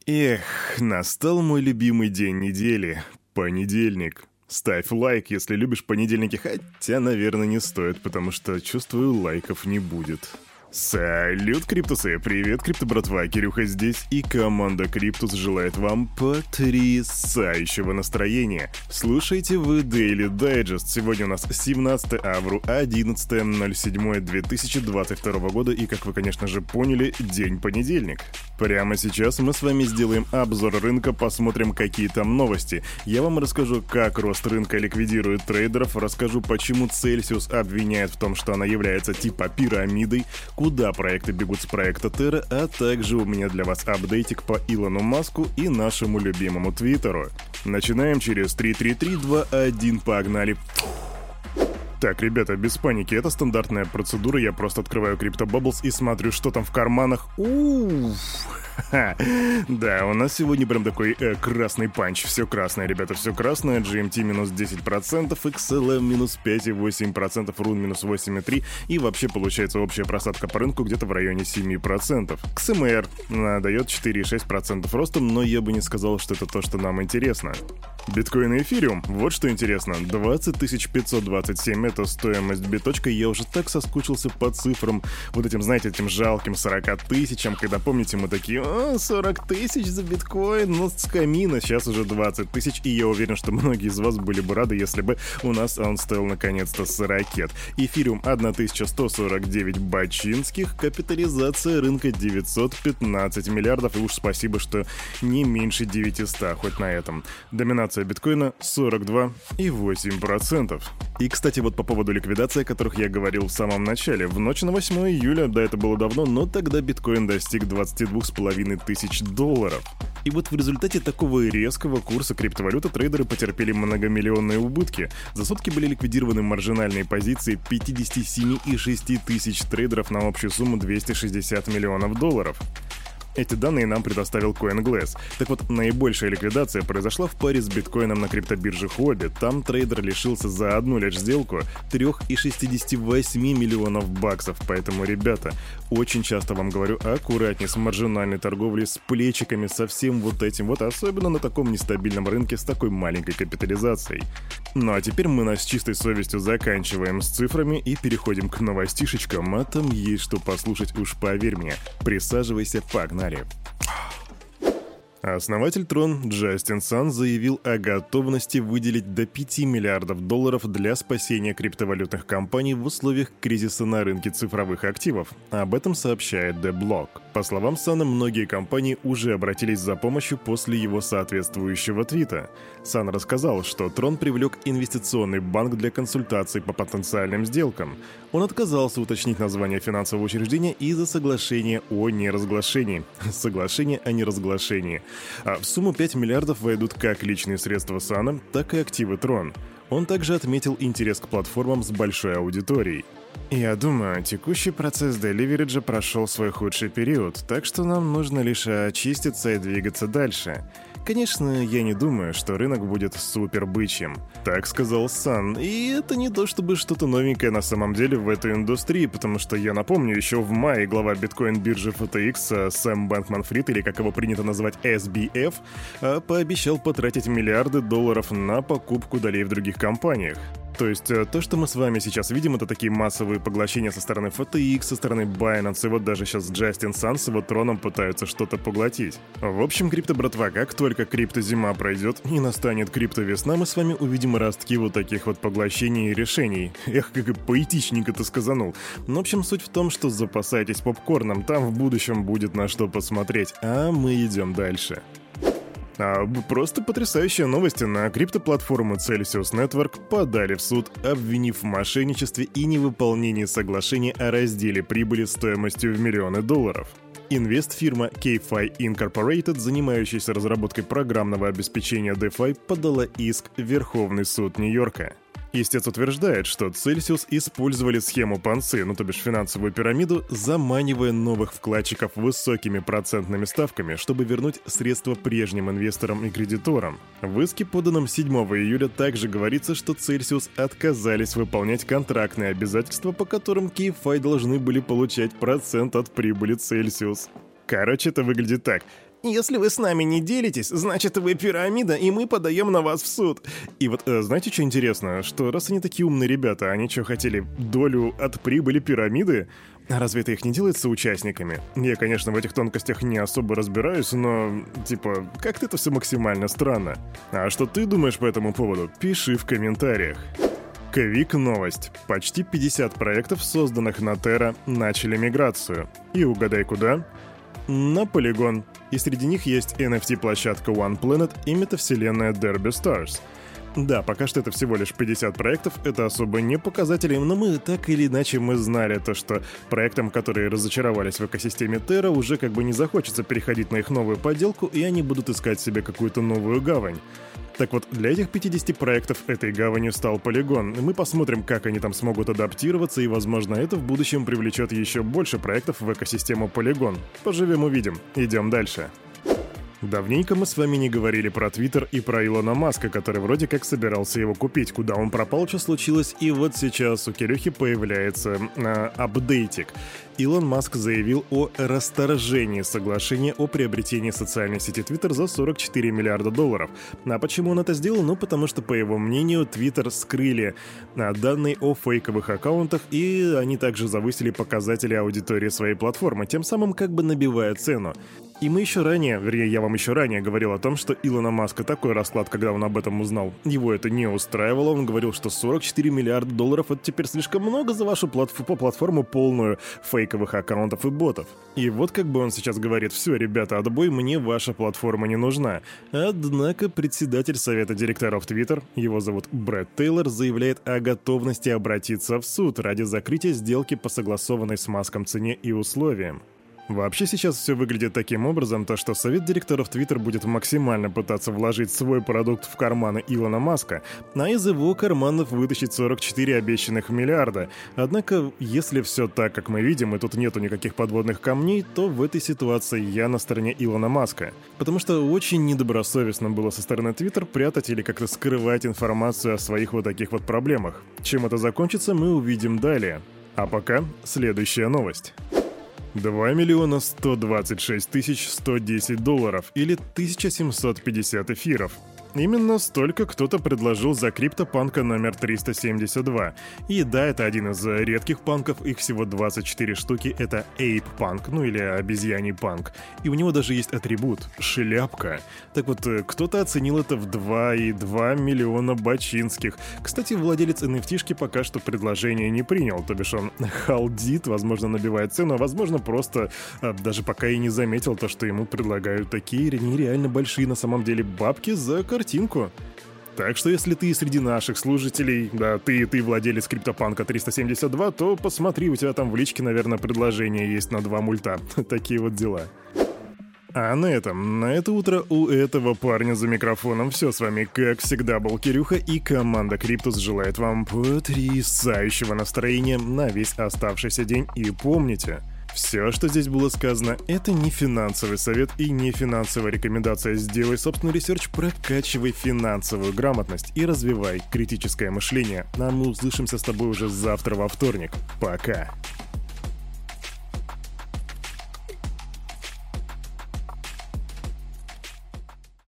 Эх, настал мой любимый день недели — понедельник. Ставь лайк, если любишь понедельники, хотя, наверное, не стоит, потому что, чувствую, лайков не будет. Салют, Криптусы! Привет, Крипто-братва! Кирюха здесь, и команда Криптус желает вам потрясающего настроения. Слушайте вы Daily Digest. Сегодня у нас 17 авру, 11.07.2022 года, и, как вы, конечно же, поняли, день понедельник. Прямо сейчас мы с вами сделаем обзор рынка, посмотрим, какие там новости. Я вам расскажу, как рост рынка ликвидирует трейдеров, расскажу, почему Celsius обвиняет в том, что она является типа пирамидой, куда проекты бегут с проекта Terra, а также у меня для вас апдейтик по Илону Маску и нашему любимому Твиттеру. Начинаем через 3, 3, 3, 2, 1, погнали! Так, ребята, без паники, это стандартная процедура, я просто открываю Crypto Bubbles и смотрю, что там в карманах. Да, у нас сегодня прям такой красный панч. Все красное, ребята, все красное. GMT минус 10%, XLM минус 5,8%, RUN минус 8,3%. И вообще получается общая просадка по рынку где-то в районе 7%. XMR дает 4,6% ростом, но я бы не сказал, что это то, что нам интересно. Биткоин и эфириум, вот что интересно, 20 527 это стоимость биточка. Я уже так соскучился по цифрам, вот этим, знаете, этим жалким 40 тысячам, когда, помните, мы такие: 40 тысяч за биткоин, ну с камина, сейчас уже 20 тысяч, и я уверен, что многие из вас были бы рады, если бы у нас он стоил наконец-то с ракет. Эфириум 1149 бачинских, капитализация рынка 915 миллиардов, и уж спасибо, что не меньше 900, хоть на этом. Доминация биткоина 42,8%. И, кстати, вот по поводу ликвидации, о которых я говорил в самом начале. В ночь на 8 июля, да, это было давно, но тогда биткоин достиг 22,5 тысяч долларов. И вот в результате такого резкого курса криптовалюты трейдеры потерпели многомиллионные убытки. За сутки были ликвидированы маржинальные позиции 57,6 тысяч трейдеров на общую сумму 260 миллионов долларов. Эти данные нам предоставил CoinGlass. Так вот, наибольшая ликвидация произошла в паре с биткоином на криптобирже Huobi. Там трейдер лишился за одну лишь сделку 3,68 миллионов баксов. Поэтому, ребята, очень часто вам говорю, аккуратнее с маржинальной торговлей, с плечиками, со всем вот этим вот, особенно на таком нестабильном рынке с такой маленькой капитализацией. Ну а теперь мы с чистой совестью заканчиваем с цифрами и переходим к новостишечкам, а там есть что послушать, уж поверь мне. Присаживайся, погнали. Основатель Tron Джастин Сан заявил о готовности выделить до 5 миллиардов долларов для спасения криптовалютных компаний в условиях кризиса на рынке цифровых активов. Об этом сообщает The Block. По словам Сана, многие компании уже обратились за помощью после его соответствующего твита. Сан рассказал, что Tron привлек инвестиционный банк для консультаций по потенциальным сделкам. Он отказался уточнить название финансового учреждения из-за соглашения о неразглашении. Соглашение о неразглашении. А в сумму 5 миллиардов войдут как личные средства Сана, так и активы Tron. Он также отметил интерес к платформам с большой аудиторией. Я думаю, текущий процесс деливериджа прошел свой худший период, так что нам нужно лишь очиститься и двигаться дальше. Конечно, я не думаю, что рынок будет супер бычьим. Так сказал Сан. И это не то чтобы что-то новенькое на самом деле в этой индустрии, потому что я напомню, еще в мае глава биткоин-биржи FTX Сэм Бэнкман-Фрид, или как его принято называть SBF, пообещал потратить миллиарды долларов на покупку долей в других компаниях. То есть то, что мы с вами сейчас видим, это такие массовые поглощения со стороны FTX, со стороны Binance, и вот даже сейчас Джастин Сан с его Троном пытаются что-то поглотить. В общем, крипто-братва, как только крипто-зима пройдет и настанет крипто-весна, мы с вами увидим ростки вот таких вот поглощений и решений. Эх, как и поэтичненько ты сказанул. В общем, суть в том, что запасайтесь попкорном, там в будущем будет на что посмотреть, а мы идем дальше. Просто потрясающие новости. На криптоплатформу Celsius Network подали в суд, обвинив в мошенничестве и невыполнении соглашения о разделе прибыли стоимостью в миллионы долларов. Инвестфирма KFi Incorporated, занимающаяся разработкой программного обеспечения DeFi, подала иск в Верховный суд Нью-Йорка. Истец утверждает, что Celsius использовали схему Понци, то бишь финансовую пирамиду, заманивая новых вкладчиков высокими процентными ставками, чтобы вернуть средства прежним инвесторам и кредиторам. В иске, поданном 7 июля, также говорится, что Celsius отказались выполнять контрактные обязательства, по которым KFi должны были получать процент от прибыли Celsius. Короче, это выглядит так. Если вы с нами не делитесь, значит вы пирамида, и мы подаем на вас в суд. И вот знаете, что интересно? Что раз они такие умные ребята, они что, хотели долю от прибыли пирамиды? А разве это их не делает соучастниками? Я, конечно, в этих тонкостях не особо разбираюсь, но, типа, как-то это все максимально странно. А что ты думаешь по этому поводу? Пиши в комментариях. Квик новость. Почти 50 проектов, созданных на Terra, начали миграцию. И угадай куда? На Polygon. И среди них есть NFT-площадка One Planet и метавселенная Derby Stars. Да, пока что это всего лишь 50 проектов, это особо не показатели, но мы так или иначе мы знали то, что проектам, которые разочаровались в экосистеме Terra, уже как бы не захочется переходить на их новую подделку, и они будут искать себе какую-то новую гавань. Так вот, для этих 50 проектов этой гаванью стал Polygon. Мы посмотрим, как они там смогут адаптироваться, и, возможно, это в будущем привлечет еще больше проектов в экосистему Polygon. Поживем-увидим. Идем дальше. Давненько мы с вами не говорили про Твиттер и про Илона Маска, который вроде как собирался его купить. Куда он пропал, что случилось, и вот сейчас у Кирюхи появляется апдейтик. Илон Маск заявил о расторжении соглашения о приобретении социальной сети Twitter за $44 миллиарда. А почему он это сделал? Ну, потому что, по его мнению, Twitter скрыли данные о фейковых аккаунтах, и они также завысили показатели аудитории своей платформы, тем самым как бы набивая цену. И мы еще ранее, вернее, я вам еще ранее говорил о том, что Илона Маска такой расклад, когда он об этом узнал, его это не устраивало. Он говорил, что $44 миллиарда это теперь слишком много за вашу платформу полную фейковых аккаунтов и ботов. И вот как бы он сейчас говорит: все, ребята, отбой, мне ваша платформа не нужна. Однако председатель совета директоров Twitter, его зовут Брэд Тейлор, заявляет о готовности обратиться в суд ради закрытия сделки по согласованной с Маском цене и условиям. Вообще сейчас все выглядит таким образом, то что совет директоров Twitter будет максимально пытаться вложить свой продукт в карманы Илона Маска, а из его карманов вытащить 44 обещанных миллиарда. Однако, если все так, как мы видим, и тут нету никаких подводных камней, то в этой ситуации я на стороне Илона Маска. Потому что очень недобросовестно было со стороны Twitter прятать или как-то скрывать информацию о своих вот таких вот проблемах. Чем это закончится, мы увидим далее. А пока следующая новость. 2 миллиона 126 тысяч $110 или 1750 эфиров. Именно столько кто-то предложил за криптопанка номер 372. И да, это один из редких панков, их всего 24 штуки, это Ape Punk, ну или обезьяний панк. И у него даже есть атрибут — шляпка. Так вот, кто-то оценил это в 2,2 миллиона бачинских. Кстати, владелец NFT-шки пока что предложение не принял, то бишь он халдит, возможно, набивает цену, а возможно, просто даже пока и не заметил то, что ему предлагают такие нереально большие на самом деле бабки за картинку. Так что если ты среди наших слушателей, да, ты владелец криптопанка 372, то посмотри, у тебя там в личке, наверное, предложение есть на 2 мульта. Такие вот дела. А на это утро у этого парня за микрофоном все. С вами, как всегда, был Кирюха, и команда Криптус желает вам потрясающего настроения на весь оставшийся день. И помните, все, что здесь было сказано, это не финансовый совет и не финансовая рекомендация. Сделай собственный ресерч, прокачивай финансовую грамотность и развивай критическое мышление. А мы услышимся с тобой уже завтра во вторник. Пока.